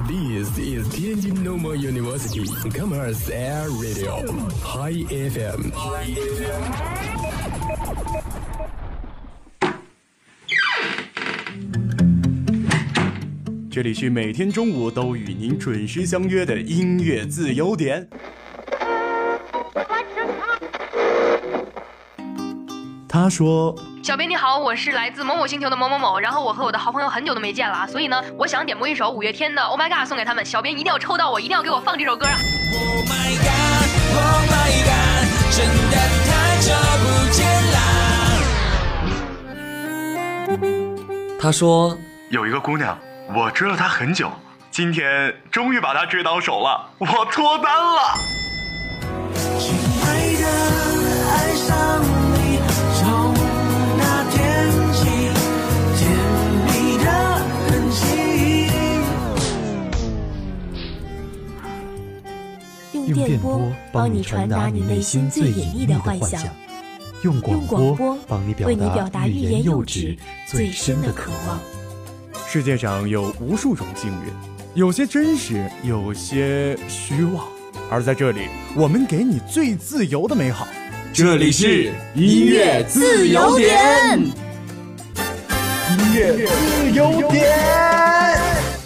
This is Tianjin Normal University Commerce Air Radio High FM。 这里是每天中午都与您准时相约的音乐自由点。他说： 小编你好，我是来自某某星球的某某某，然后我和我的好朋友很久都没见了，所以呢，我想点播一首五月天的 Oh My God 送给他们，小编一定要抽到我，一定要给我放这首歌啊 Oh my God Oh my God 真的太久不见啦。 他说有一个姑娘，我追了她很久，今天终于把她追到手了，我脱单了。 亲爱的，爱上你，从那天起，甜蜜的痕迹。 用电波帮你传达你内心最隐秘的幻想，用广播帮你表达欲言又止最深的渴望。 世界上有无数种幸运，有些真实，有些虚妄，而在这里，我们给你最自由的美好。 这里是音乐自由点， 音乐自由点。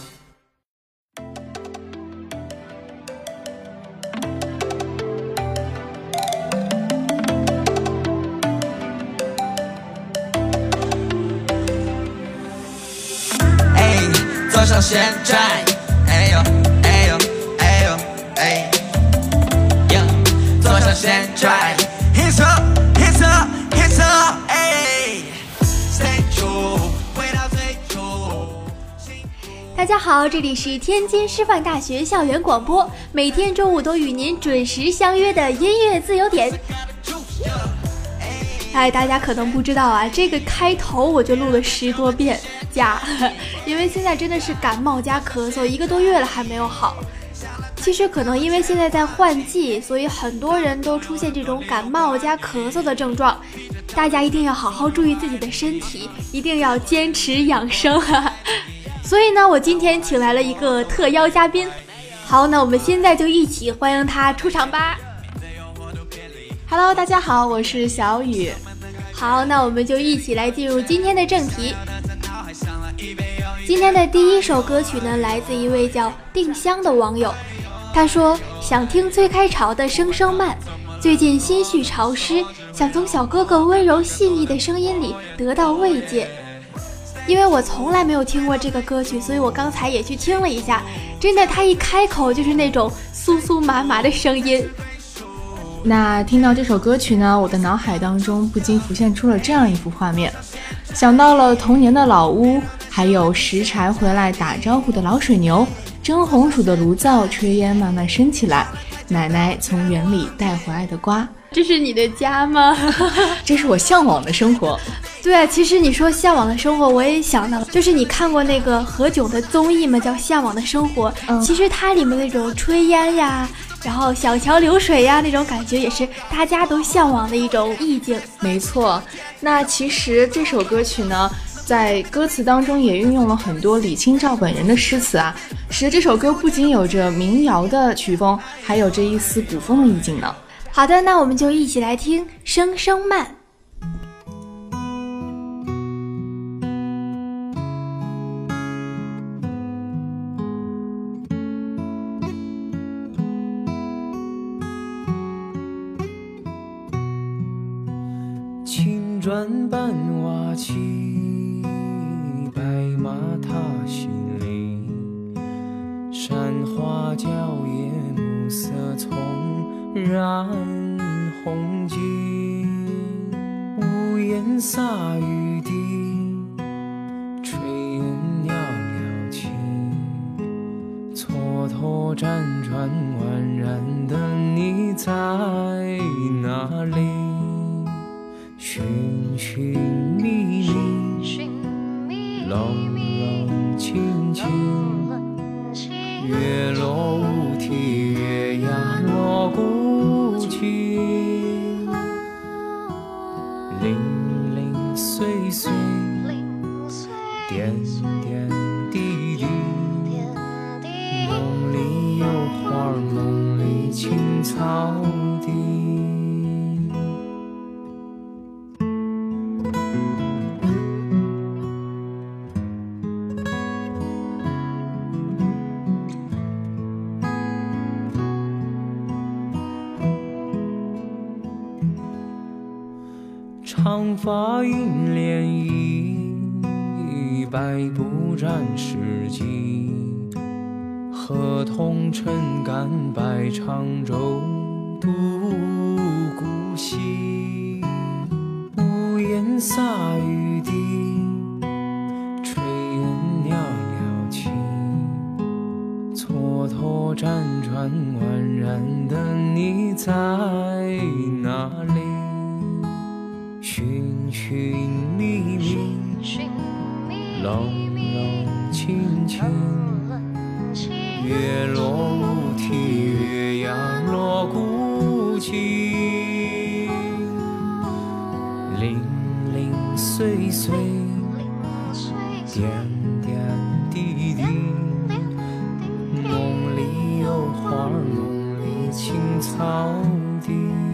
坐上现在，哎呦哎呦哎呦哎呀，坐上现在 ，Hits up Hits up Hits up， 哎 ，Stay true， 回到最初。 大家好，这里是天津师范大学校园广播，每天中午都与您准时相约的音乐自由点。哎，大家可能不知道啊，这个开头我就录了10多遍加，因为现在真的是感冒加咳嗽，1个多月了还没有好。其实可能因为现在在换季，所以很多人都出现这种感冒加咳嗽的症状。大家一定要好好注意自己的身体，一定要坚持养生啊！所以呢，我今天请来了一个特邀嘉宾。好，那我们现在就一起欢迎他出场吧。 Hello， 大家好，我是小雨。 好，那我们就一起来进入今天的正题。今天的第一首歌曲呢，来自一位叫定香的网友。他说想听崔开潮的《声声慢》，最近心绪潮湿，想从小哥哥温柔细腻的声音里得到慰藉。因为我从来没有听过这个歌曲，所以我刚才也去听了一下，真的他一开口就是那种酥酥麻麻的声音。 那听到这首歌曲呢，我的脑海当中不禁浮现出了这样一幅画面，想到了童年的老屋，还有拾柴回来打招呼的老水牛，蒸红薯的炉灶炊烟慢慢升起来，奶奶从园里带回来的瓜。 这是你的家吗？ 这是我向往的生活。 对，其实你说向往的生活，我也想到了，就是你看过那个何炅的综艺吗？叫《向往的生活》。其实它里面那种炊烟呀，然后小桥流水呀，那种感觉也是大家都向往的一种意境。 没错，那其实这首歌曲呢，在歌词当中也运用了很多李清照本人的诗词啊，使得这首歌不仅有着民谣的曲风，还有着一丝古风的意境呢。 好的，那我们就一起来听《声声慢》。 青砖伴瓦漆，白马踏西岭，山花娇艳，暮色葱染红巾，屋檐洒雨滴，炊烟袅袅起，蹉跎辗转宛然的你在哪里？寻寻觅觅，冷冷清清，月落乌啼，月牙落孤井，零零碎碎，点点滴滴， 草地。长发映涟漪，百步斩世纪。河童撑杆摆长舟，渡古稀。屋檐洒雨滴，炊烟袅袅起。蹉跎辗转宛然的你在哪里？寻寻觅觅，冷冷清清，月落乌啼，月牙落孤寂，零零碎碎，点点滴滴，梦里有花，梦里青草地。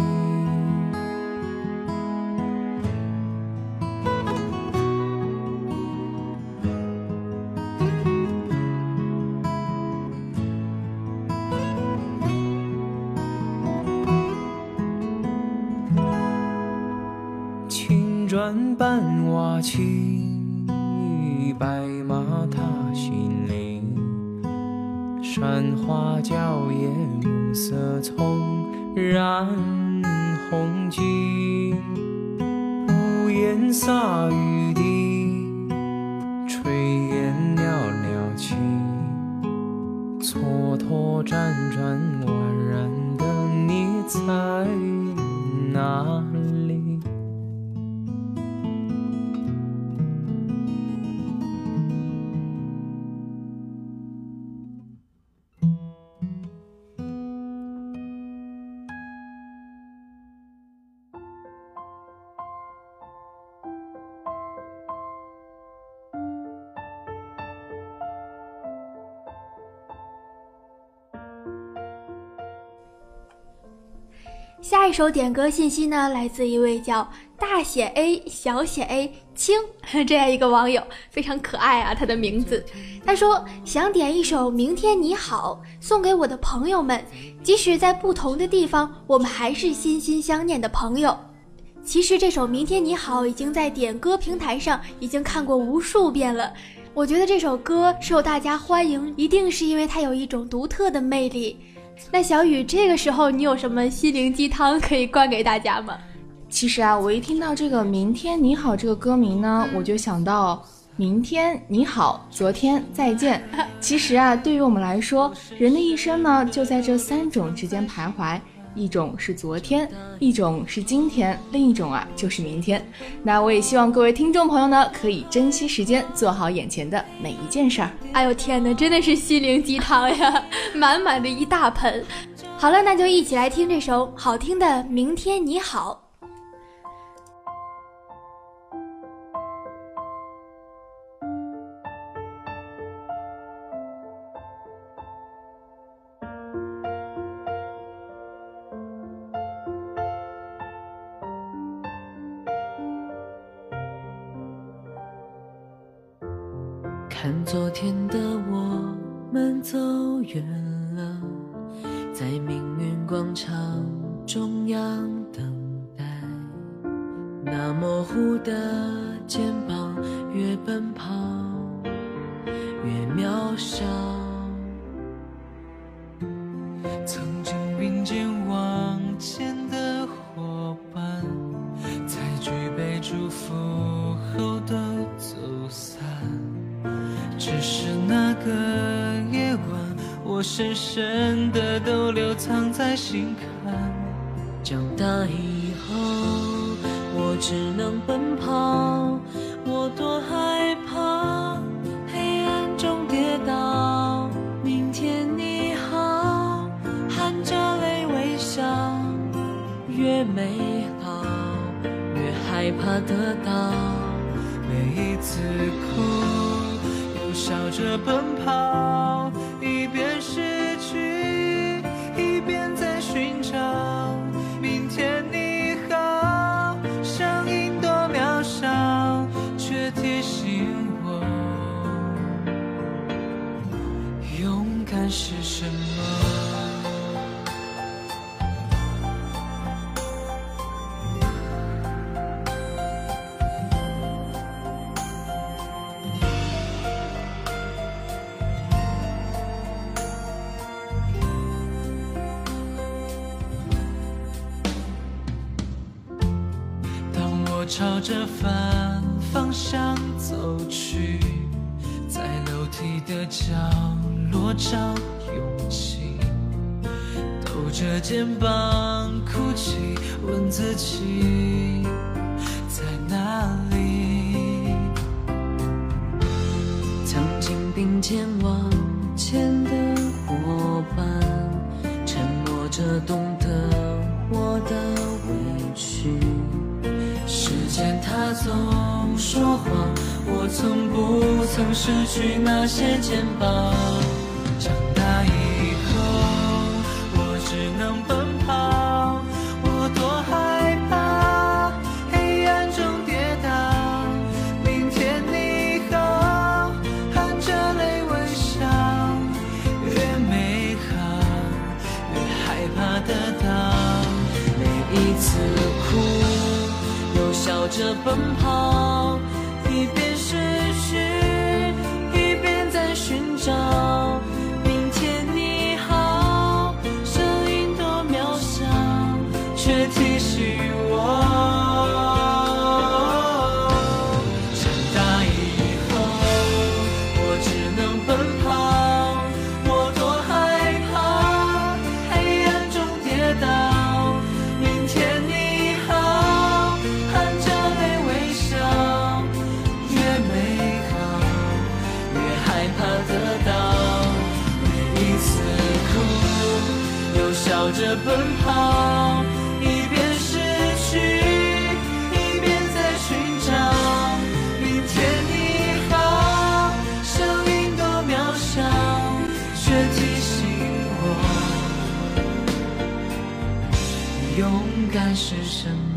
转半瓦器，白马踏新林，山花娇艳，暮色葱染红巾。屋檐洒雨滴，炊烟袅袅起，蹉跎辗转宛然的你在哪里？ 下一首点歌信息呢，来自一位叫大写 A 小写 A 青这样一个网友，非常可爱啊，他的名字。他说想点一首《明天你好》送给我的朋友们，即使在不同的地方，我们还是心心相念的朋友。其实这首《明天你好》已经在点歌平台上已经看过无数遍了，我觉得这首歌受大家欢迎，一定是因为它有一种独特的魅力。那小雨，这个时候你有什么心灵鸡汤可以灌给大家吗？ 其实啊，我一听到这个明天你好这个歌名呢，我就想到明天你好，昨天再见。其实啊，对于我们来说，人的一生呢就在这三种之间徘徊，一种是昨天，一种是今天，另一种啊就是明天。那我也希望各位听众朋友呢可以珍惜时间，做好眼前的每一件事儿。 哎呦天哪，真的是心灵鸡汤呀，满满的一大盆。好了，那就一起来听这首好听的《明天你好》。 看昨天的我们走远了，在命运广场中央等待，那模糊的肩膀，越奔跑越渺小。 曾经并肩往前的伙伴，在举杯祝福后都走散。只是那个夜晚，我深深的都留藏在心坎。 长大以后，我只能奔跑，我多害怕黑暗中跌倒。明天你好，含着泪微笑，越美好越害怕得到。 每一次哭笑着奔跑，一边失去，一边在寻找。 感是什么？ 朝着反方向走去，在楼梯的角落找勇气，抖着肩膀哭泣，问自己在哪里。 曾经并肩往前的伙伴，沉默着懂得我的委屈。时间它总说谎，我从不曾失去那些肩膀。 长大以后我只能奔跑，我多害怕黑暗中跌倒。明天你好，含着泪微笑，越美好越害怕得到。 每一次哭笑着奔跑，一边失去，一边在寻找。明天你好，声音多渺小，却提醒我。 长大以后，我只能奔跑，我多害怕黑暗中跌倒。明天你好， 笑着奔跑，一边失去，一边在寻找。明天你好，声音多渺小，却提醒我，勇敢是什么。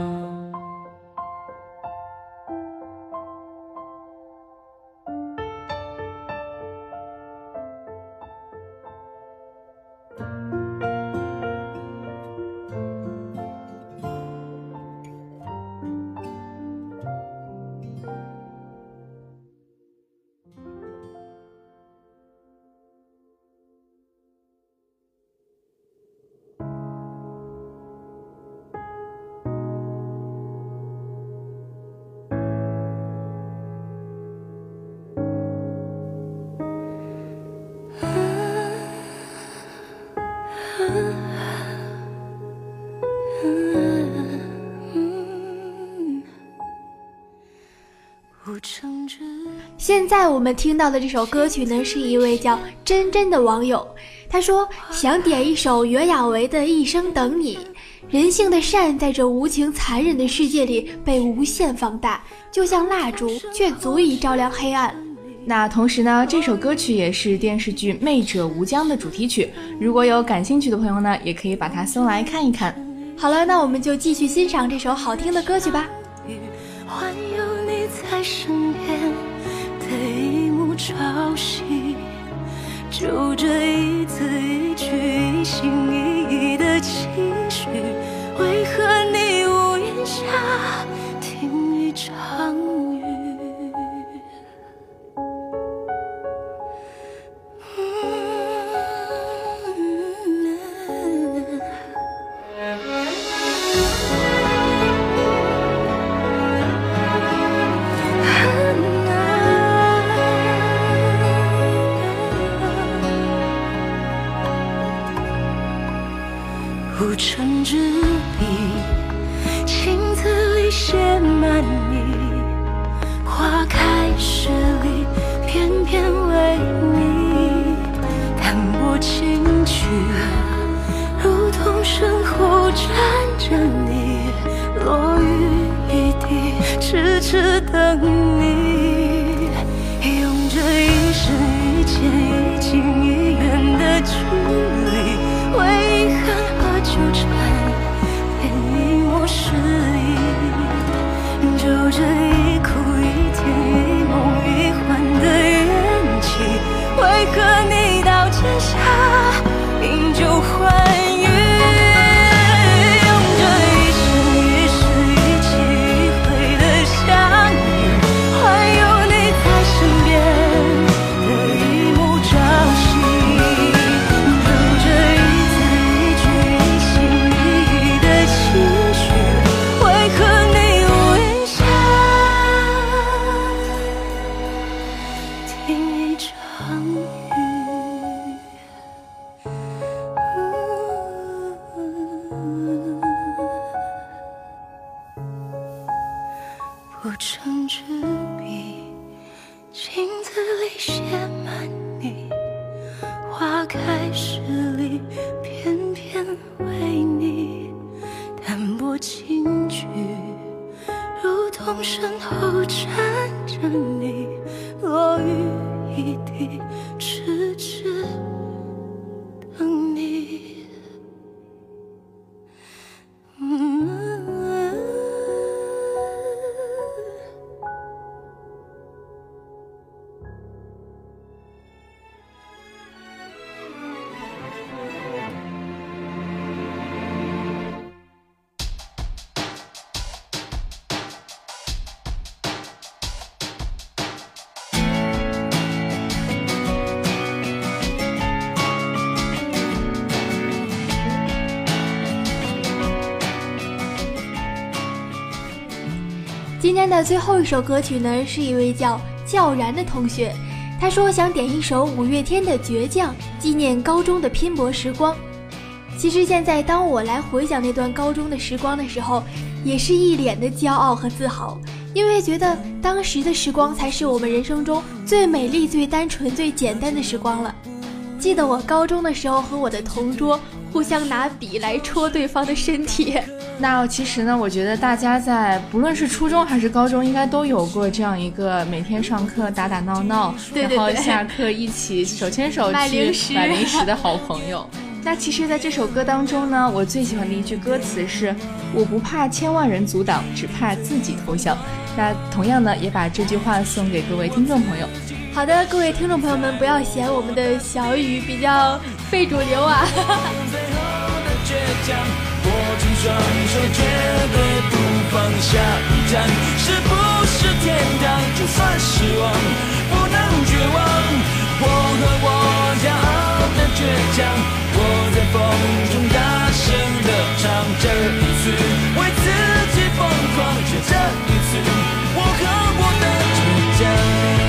现在我们听到的这首歌曲呢，是一位叫真真的网友，他说想点一首袁娅维的《一生等你》。人性的善在这无情残忍的世界里被无限放大，就像蜡烛，却足以照亮黑暗。 那同时呢，这首歌曲也是电视剧《媚者无疆》的主题曲，如果有感兴趣的朋友呢，也可以把它搜来看一看。 好了，那我们就继续欣赏这首好听的歌曲吧。 环有你在身边的一幕朝夕，就这一字一句一心一意的期许，为何你屋檐下听一场雨？无尘之笔，情字里写满你，花开时里偏偏为你淡泊轻曲，如同身后站着你，落雨一地，痴痴等你，用这一生一见一近一远的距离，为何纠缠，连一抹诗意，就这一哭一甜一梦一欢的缘起，为何你到天开始里，偏偏为你淡泊轻举，如同身后站着你，落雨一地，痴痴等你。 今天的最后一首歌曲呢，是一位叫教然的同学，他说想点一首五月天的《倔强》，纪念高中的拼搏时光。其实现在当我来回想那段高中的时光的时候，也是一脸的骄傲和自豪，因为觉得当时的时光才是我们人生中最美丽、最单纯、最简单的时光了。记得我高中的时候和我的同桌互相拿笔来戳对方的身体。 那其实呢，我觉得大家在不论是初中还是高中，应该都有过这样一个每天上课打打闹闹， 对， 然后下课一起手牵手去买零食的好朋友。那其实在这首歌当中呢，我最喜欢的一句歌词是我不怕千万人阻挡，只怕自己投降。那同样呢，也把这句话送给各位听众朋友。 好的，各位听众朋友们，不要嫌我们的小雨比较非主流啊。 握紧双手，绝对不放下一站，是不是天堂？就算失望，不能绝望。我和我骄傲的倔强，我在风中大声地唱。这一次为自己疯狂，却这一次我和我的倔强。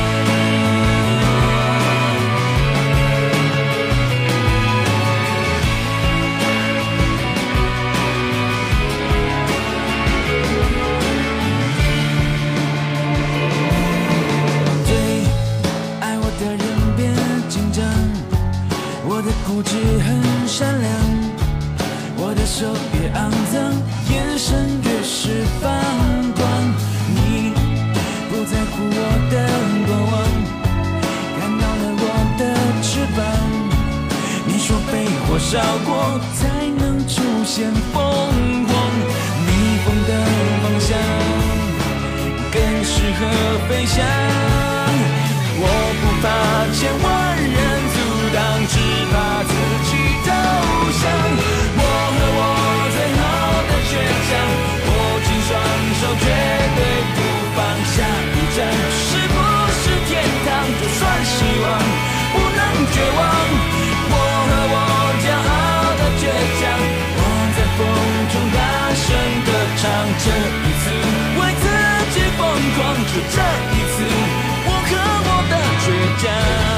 固执很善良，我的手越肮脏，眼神越是放光。你不在乎我的过往，看到了我的翅膀。你说被火烧过才能出现凤凰，逆风的方向更适合飞翔。我不怕千万人阻挡，只怕自己投降。我和我最后的倔强，握紧双手，绝对不放下一站。是不是天堂？就算失望，不能绝望。我和我骄傲的倔强，我在风中大声地唱。这一次为自己疯狂，就这一次我和我的倔强。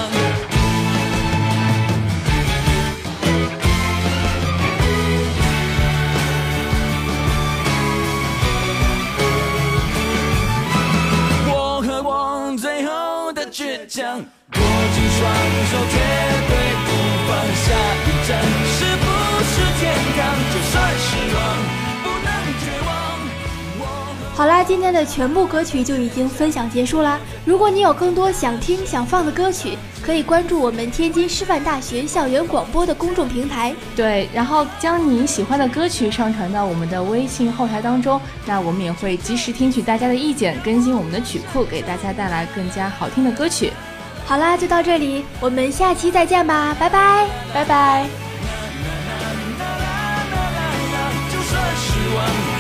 倔强，握紧双手，绝对不放下一站。是不是天堂？就算失望，不能绝望。 好啦，今天的全部歌曲就已经分享结束啦。如果你有更多想听想放的歌曲，可以关注我们天津师范大学校园广播的公众平台。 对，然后将你喜欢的歌曲上传到我们的微信后台当中，那我们也会及时听取大家的意见，更新我们的曲库，给大家带来更加好听的歌曲。 好啦，就到这里，我们下期再见吧，拜拜， 拜拜。 就算失望。